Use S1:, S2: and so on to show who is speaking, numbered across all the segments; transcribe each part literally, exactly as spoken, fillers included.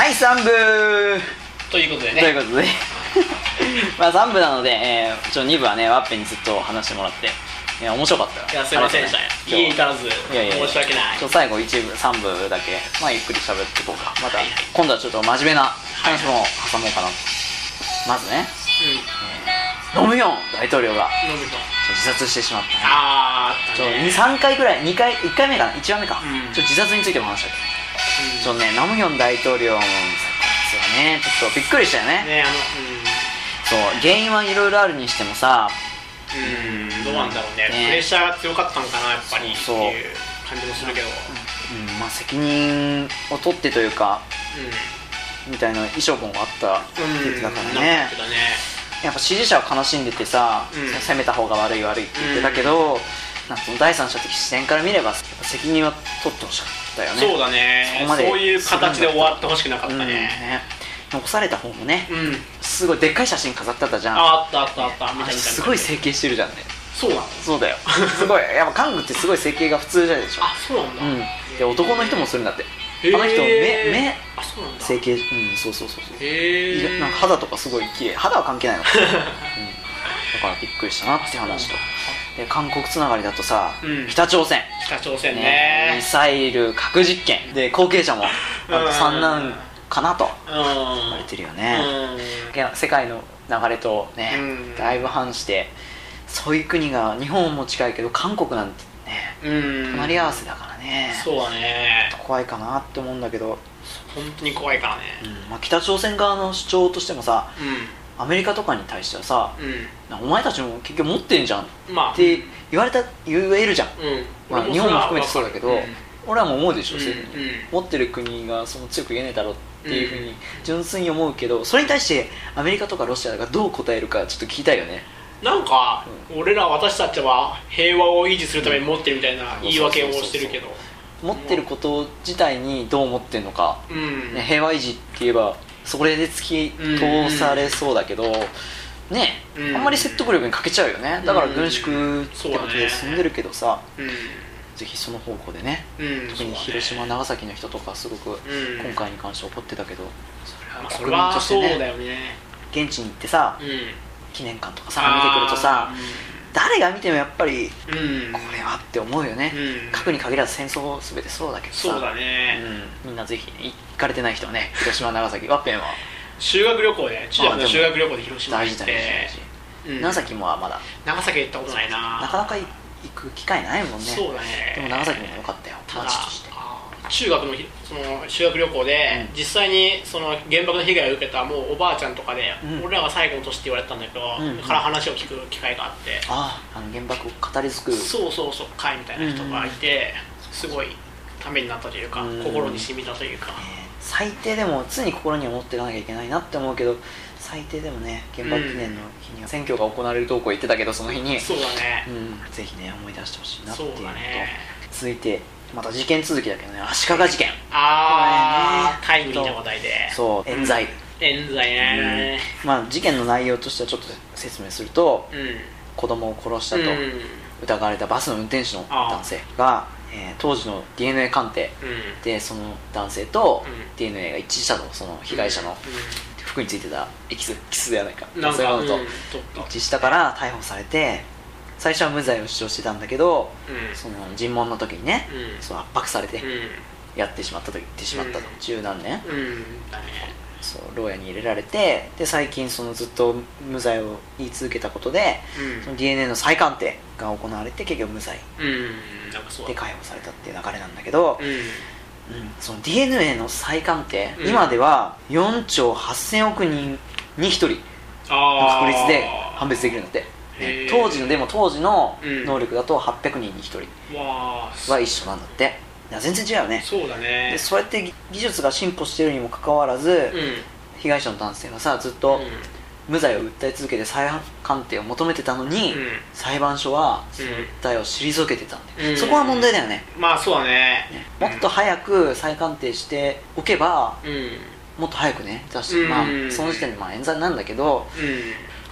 S1: はい、さん部
S2: ということでね。
S1: ということでまあさん部なので、えー、ちょに部はねワッペンにずっと話してもらって、いや面白かったよ。
S2: いやすいませんでした、ね、家至らず申し訳ない。
S1: ちょ最後いち部さん部だけまあゆっくり喋っていこうか。また、はいはい、今度はちょっと真面目な話も挟もうかなと、はい、まずね、うん、えー、ノムヒョン大統領が自殺してしまったね。
S2: あーあったね。
S1: に、さんかいぐらい、にかい、いっかいめかな、いちわめか、うん、ちょっと自殺についても話したけど、うん、ちょっとね、ノムヒョン大統領もさ、こいつはね、ちょっとびっくりしたよね。
S2: ね、あの、うん、
S1: そう、原因はいろいろあるにしてもさ、
S2: うん、どうなんだろうね、ね、プレッシャーが強かったのかな、やっぱり。そうっていう感じもするけど、
S1: うん、まあ責任を取ってというか、うん、みたいな遺書もあったって言ってたからね。うん、やっぱ支持者は悲しんでてさ、うん、責めた方が悪い悪いって言ってたけど、うん、なんかその第三者的視点から見れば責任は取ってほしかったよね。
S2: そうだね、そこまでそういう形で終わってほしくなかったね。うん、ね、
S1: 残された方もね、うん、すごいでっかい写真飾ってあったじゃん。
S2: あったあったあった、見た見た。
S1: すごい整形してるじゃんね。
S2: そうなの？
S1: そうだよすごい、やっぱ韓国ってすごい整形が普通じゃないでしょ。
S2: あ、そうなんだ。うん、
S1: で男の人もするんだって。あの人目目
S2: あ、そうなんだ、
S1: 整形、うん、そうそうそうそう。
S2: へえ。
S1: なんか肌とかすごい綺麗。肌は関係ないのか、うん、だからびっくりしたなって話と。で韓国つながりだとさ、うん、北朝鮮
S2: 北朝鮮 ね, ね
S1: ミサイル核実験で後継者も三男かなと言われてるよね。世界の流れとね、だいぶ反して、そういう国が日本も近いけど韓国なんてね、隣り合わせだからね。
S2: そうだね、
S1: 怖いかなって思うんだけど、
S2: 本当に怖いからね。
S1: うん、まあ、北朝鮮側の主張としてもさ、うん、アメリカとかに対してはさ、うん、お前たちも結局持ってんじゃんって言われた、言えるじゃん、うん、まあ、日本も含めてそうだけど、うん、俺はもう思うでしょ、そういうふうに、うん、持ってる国がその強く言えねえだろっていうふうに純粋に思うけど、それに対してアメリカとかロシアがどう答えるかちょっと聞きたいよね。なんか、
S2: うん、俺ら私たちは平和を維持するために持ってるみたいな言い訳をしてるけど、
S1: 持ってること自体にどう思ってるのか、うんね、平和維持って言えばそれで突き通されそうだけど、うんね、うん、あんまり説得力に欠けちゃうよね。だから軍縮ってことで進んでるけどさ、うんね、ぜひその方向でね、うん、特に広島、長崎の人とかすごく今回に関して怒ってたけど、
S2: それは国民としてね、そうだよね、
S1: 現地に行ってさ、うん、記念館とかさ見てくるとさ、うん、誰が見てもやっぱり、うん、これはって思うよね、うん、核に限らず戦争全てそうだけどさ、
S2: そうだね、
S1: うん、みんなぜひ、ね、行かれてない人はね、広島、長崎、ワッペンは
S2: 修学旅行で、中学の修学旅行で広島行って、
S1: 大事大事、うん、長崎もはまだ
S2: 長崎行ったことないな。
S1: なかなか行く機会ないもんね。
S2: そうだね。
S1: でも長崎も良かったよ、街として。
S2: 中学のその修学旅行で、うん、実際にその原爆の被害を受けたもうおばあちゃんとかで、うん、俺らが最後の年って言われたんだけど、うんうん、から話を聞く機会があって、
S1: ああ、あの原爆を語り継ぐ、
S2: そうそうそう、会みたいな人がいて、うんうん、すごいためになったというか、うん、心に染みたというか、
S1: えー最低でも常に心には持っていかなきゃいけないなって思うけど、最低でもね、原爆記念の日には選挙が行われるとこ言ってたけど、その日に
S2: そうだね、
S1: うん、ぜひね思い出してほしいなっていうのと、
S2: ね、
S1: 続いてまた事件続きだけどね、足利事件、
S2: ああ、ね、タイムリーな話題で、
S1: そう、冤罪、
S2: 冤罪ね、
S1: うん、まあ事件の内容としてはちょっと説明すると、うん、子供を殺したと疑われたバスの運転手の男性が、えー、当時の ディーエヌエー 鑑定で、うん、その男性と ディーエヌエー が一致したと、その被害者の服についてたエキス、キスではないか、そういうものと一致したから逮捕されて、最初は無罪を主張してたんだけど、うん、その尋問の時にね、うん、その圧迫されてやってしまったと言ってしまったと、うん、十何年、うん、そう牢屋に入れられて、で最近そのずっと無罪を言い続けたことで、うん、その ディーエヌエー の再鑑定が行われて結局無罪で解放されたっていう流れなんだけど、うんうん、その ディーエヌエー の再鑑定、うん、今ではよんちょうはっせんおくにんにひとりの確率で判別できるんだって。当時のでも当時の能力だとはっぴゃくにんにひとりは一緒なんだって。いや全然違うよね。
S2: そうだね。
S1: でそうやって技術が進歩しているにもかかわらず、うん、被害者の男性がさずっと無罪を訴え続けて再鑑定を求めてたのに、うん、裁判所はその訴えを退けてたんで、うん、そこは問題だよね。
S2: まあそうだ ね,
S1: ねもっと早く再鑑定しておけば、うん、もっと早くね出して、うん、まあその時点でまあ冤罪なんだけど、うん、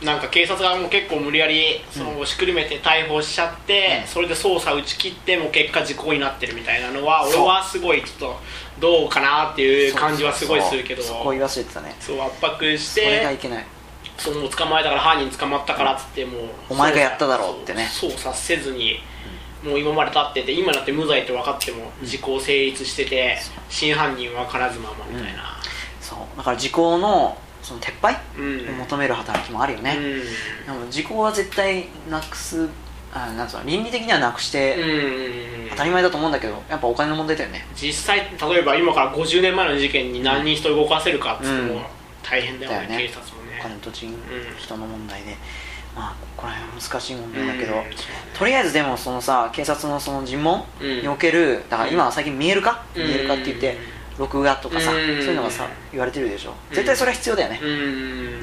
S2: なんか警察がもう結構無理やりその押しくるめて逮捕しちゃって、うん、それで捜査打ち切っても結果時効になってるみたいなのは俺はすごいちょっとどうかなっていう感じはすごいするけど、
S1: そこ言わせてたね。
S2: そう圧迫して、
S1: それがいけない。
S2: その捕まえたから犯人捕まったからっつってもう、うん、
S1: お前がやっただろうってね
S2: 捜査せずに、うん、もう今まで経ってて今だって無罪って分かっても時効成立してて、うん、真犯人分からずままみたいな、うん、
S1: そうだから時効のその撤廃を求める働きもあるよね、うん、でも時効は絶対なくす、あ、なんつうの、倫理的にはなくして当たり前だと思うんだけど、やっぱお金の問題だよね。
S2: 実際例えば今からごじゅうねんまえの事件に何人人動かせるかっつっても大変だよね、うん、警察もね。
S1: お金と人、うん、人の問題で、まあここら辺は難しい問題だけど、うん、とりあえずでもそのさ、警察のその尋問における、だから今は最近見える化、うん、見える化って言って録画とかさ、うん、そういうのがさ言われてるでしょ。絶対それは必要だよね、うん、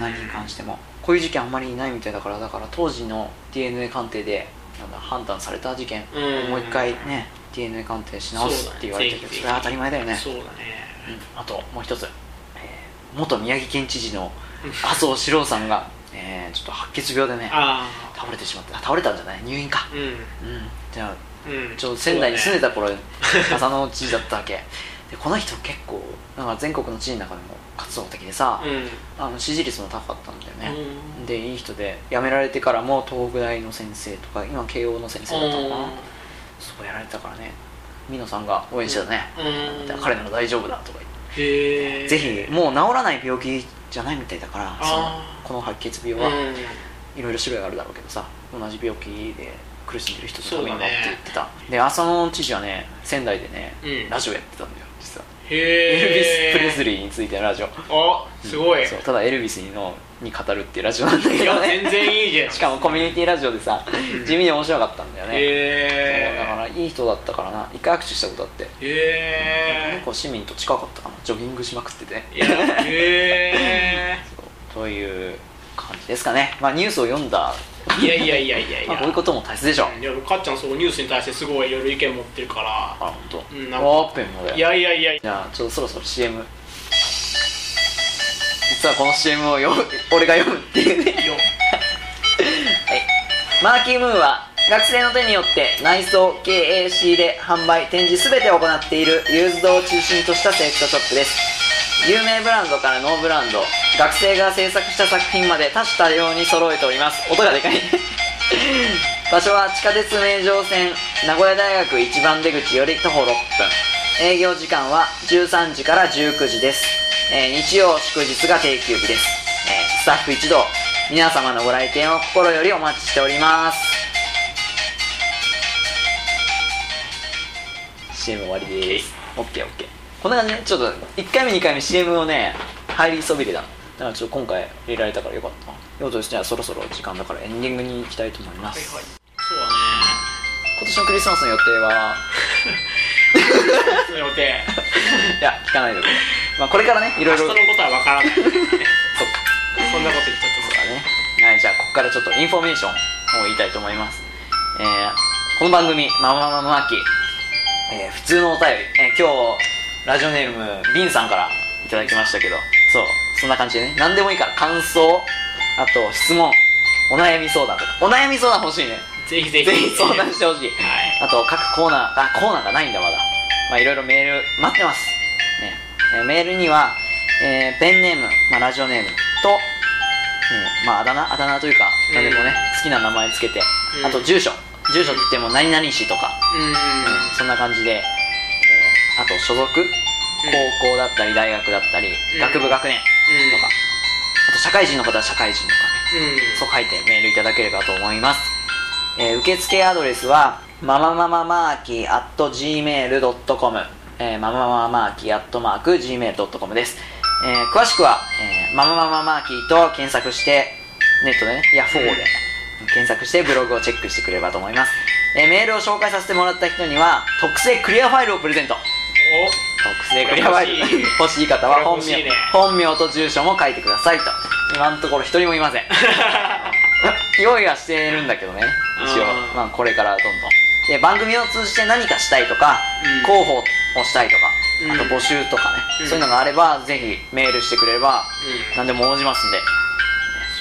S1: 何に関しても。こういう事件あんまりいないみたいだから、だから当時の ディーエヌエー 鑑定でなんだ判断された事件、うん、もう一回ね ディーエヌエー 鑑定し直すって言われてるけど、それは当たり前だよね。
S2: そうだね、
S1: うん、あともう一つ、えー、元宮城県知事の麻生四郎さんが、えー、ちょっと白血病でね倒れてしまって、倒れたんじゃない、入院か、うん、うん、じゃあ、うん、ちょっと仙台に住んでた頃、ね、浅野知事だったわけで、この人結構なんか全国の知事の中でも活動的でさ、うん、あの支持率も高かったんだよね、うん、でいい人で、辞められてからも東北大の先生とか今慶応の先生だったのかな、うん、そうやられたからね、美濃さんが応援してたね、うん、彼なら大丈夫だとか言って、へぜひ、もう治らない病気じゃないみたいだから、そのこの白血病は、うん、いろいろ種類があるだろうけどさ、同じ病気で苦しんでる人のためになって言ってた、ね、で浅野知事はね仙台でね、うん、ラジオやってたんだよ実は。へエルビス・プレスリーについてのラジオ。
S2: あ、すごい、
S1: うん、そうただエルビスのに語るっていうラジオなんだけどね。いや
S2: 全然いいじゃん。
S1: しかもコミュニティラジオでさ地味に面白かったんだよね。へだからいい人だったからな、一回握手したことあって、へえ結構市民と近かったかな、ジョギングしまくってて。いやへえという感じですかね。まあニュースを読んだ
S2: いやいやいやいやいや、
S1: まあ、こういうことも大切でしょ。
S2: いやかっちゃんそうニュースに対してすごいいろいろ意見持ってるから。あ、
S1: 本当。うん、なんかオープンもで。い
S2: やいやいや。
S1: じゃあちょっとそろそろ シーエム。実はこの シーエム を読む俺が読むっていうね。はい。マーキームーンは学生の手によって内装 ケーエーシー で販売展示すべてを行っているユーズドを中心としたセレクトショップです。有名ブランドからノーブランド、学生が制作した作品まで多種多様に揃えております。音がでかい場所は地下鉄名城線名古屋大学一番出口より徒歩ろっぷん、営業時間はじゅうさんじからじゅうくじです。えー、日曜祝日が定休日です。えー、スタッフ一同皆様のご来店を心よりお待ちしております。 シーエム 終わりです。 オーケーオーケー。 こんな感じね。ちょっといっかいめにかいめ シーエム をね入りそびれた。だからちょっと今回入れられたからよかった。ようとしてはそろそろ時間だからエンディングに行きたいと思います。はいはい、
S2: そうだね。
S1: 今年のクリスマスの予定は
S2: の予定
S1: いや聞かないでくれ。まあこれからねいろいろ
S2: 明日のことは分からないそっかそんなこと言っちゃって
S1: ますからね。はい、じゃあここからちょっとインフォメーションを言いたいと思います。えー、この番組マママママキ、えー、普通のお便り、えー、今日ラジオネームビンさんからいただきましたけど、そうそんな感じでね、何でもいいから感想、あと質問、お悩み相談とか、お悩み相談欲しいね。
S2: ぜひぜひ
S1: ぜひ相談してほしい、はい、あと各コーナー、あコーナーがないんだまだ、まあいろいろメール待ってますね。えー、メールには、えー、ペンネーム、まあ、ラジオネームと、えー、まああだ名あだ名というか何でもね、うん、好きな名前つけて、うん、あと住所住所って言っても何々市とか、うんうん、そんな感じで、えー、あと所属、高校だったり大学だったり、うん、学部学年とか、あと社会人の方は社会人とかね、うん、そう書いてメールいただければと思います。えー、受付アドレスはマママママーキー アット ジーメール ドット コム、えー、マママママーキー アットマーク ジーメール ドット コム です。えー、詳しくは、えー、マママママーキーと検索してネットでねヤフーで検索してブログをチェックしてくれればと思います。えー、メールを紹介させてもらった人には特製クリアファイルをプレゼント。特製クリアファイル欲しい方は本名、ね、本名と住所も書いてくださいと。今のところ一人もいません用意はしてるんだけどね一応、まあ、これからどんどんで番組を通じて何かしたいとか、うん、広報をしたいとか、あと募集とかね、うん、そういうのがあればぜひメールしてくれれば、うん、何でも応じますんで、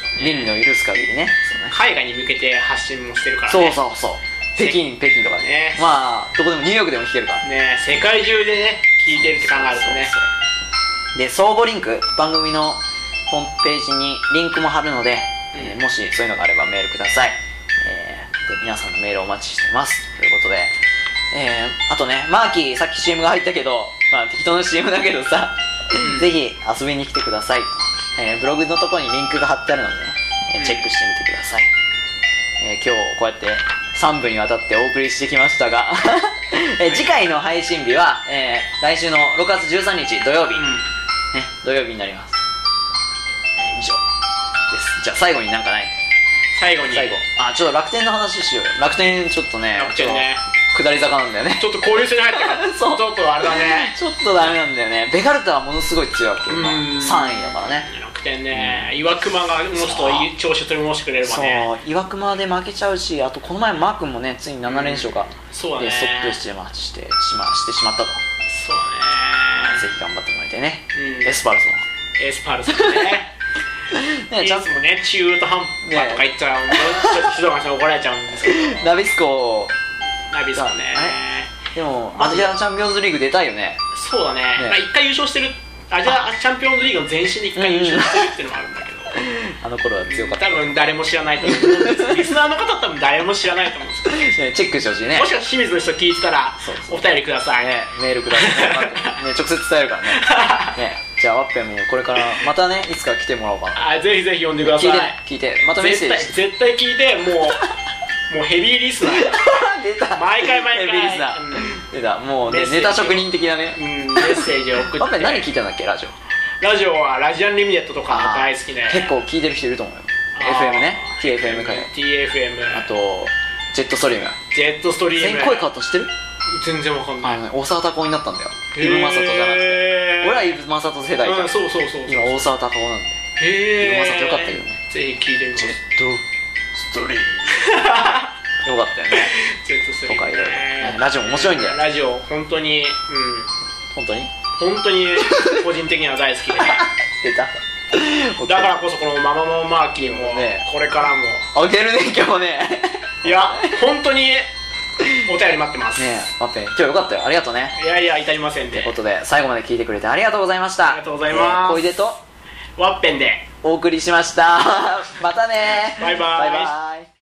S1: 倫理の許す限りね。そうね、
S2: 海外に向けて発信もしてるからね。
S1: そうそうそう、北京北京とかね、ね、まあどこでもニューヨークでも聞けるから
S2: ね、世界中でね聞いてるって考えるとね。そう
S1: そうで、相互リンク、番組のホームページにリンクも貼るので、うん、えー、もしそういうのがあればメールください。えー、で皆さんのメールをお待ちしてますということで、えー、あとね、マーキーさっき シーエム が入ったけど、まあ適当な シーエム だけどさ、うん、ぜひ遊びに来てください。えー、ブログのところにリンクが貼ってあるのでね、えー、チェックしてみてください。えー、今日こうやってさんぶにわたってお送りしてきましたが、えー、次回の配信日は、えー、来週のろくがつじゅうさんにち土曜日、うん、ね、土曜日になります。以上です。じゃあ最後になんかない？
S2: 最後に
S1: 最後、あ、ちょっと楽天の話しようよ。楽天ちょっとね、
S2: 楽天ね、
S1: 下り坂なんだよね。
S2: ちょっと交流戦に入ってからそうちょっとあれだね、
S1: ちょっとダメなんだよね。ベガルタはものすごい強いわけよ、さんいだからね。
S2: 楽天ね、岩熊がもうちょっと調子取り戻してくれればね。
S1: そう、岩熊で負けちゃうし、あとこの前マー君もね、ついにななれんしょうか、
S2: そうだね、
S1: でストップしてしましてしましてしまったと。
S2: そうだね、
S1: ぜひ頑張ってもらいたいね。
S2: うん、
S1: エスパルスも
S2: エスパルスもねね、いつもね、中途半端とか言ったら、ね、ちょっと指導官さん怒られちゃうんですけど
S1: ナビスコ
S2: ナビスコね、
S1: でもアジアチャンピオンズリーグ出たいよね。
S2: そうだね、まあ、いっかい優勝してる、アジアチャンピオンズリーグの前身でいっかい優勝してるっていうのもあるんだけど、
S1: あの頃は強かった。
S2: 多分誰も知らないと思うんですリスナーの方は多分誰も知らないと思うんですけど、
S1: ね、チェックしてほしいね。
S2: もしかして清水の人聞いてたらお便りください
S1: ね、メールくださいね、直接伝えるからねね。じゃあワッペンもこれからまたね、いつか来てもらおうかな。
S2: あ、ぜひぜひ呼んでください。
S1: 聞いて、聞いて、またメッセージ
S2: 絶対絶対聞いて、もうもうヘビーリスナー
S1: 出た、
S2: 毎回毎回
S1: ヘビーリスナー、うん、出た、もうね、ネタ職人的なね、
S2: うん、メッセージを送って。
S1: ワッペン何聞いたんだっけ、ラジオ。
S2: ラジオはラジアンリミテッドとか大好きね。
S1: 結構聞いてる人いると思うよ。 エフエム ね、 ティーエフエム かよ、
S2: ティーエフエム、
S1: あとジェットストリーム。
S2: ジェットストリーム
S1: 全員声変わった知ってる？
S2: 全然わかんない。
S1: あのね、大沢たかおになったんだよ、イブマサトじゃなくて。俺はイブマサト世代じゃん、うん、
S2: そうそうそうそう、
S1: 今大沢たかおなんで。
S2: へえ、
S1: イブマサトよかったけどね。
S2: ぜひ聞いてみます。
S1: ジェットストリームよかったよね。
S2: ジェットストリーム
S1: とかいろいろラジオ面白いんだよ。
S2: ラジオ本当に、うん、
S1: 本当に
S2: 本当に個人的には大好きで
S1: 出た
S2: だからこそこのママママーキーもこれからも
S1: あげるね、今日ね
S2: いや本当にお便り待ってます
S1: ね。え、ワッペン今日よかったよ、ありがとうね。
S2: いやいや、至りませんで。
S1: ということで最後まで聞いてくれてありがとうございました。
S2: ありがとうございます。
S1: 小出と
S2: ワッペンで
S1: お送りしましたまたね、
S2: バイバイ。
S1: バイバイ。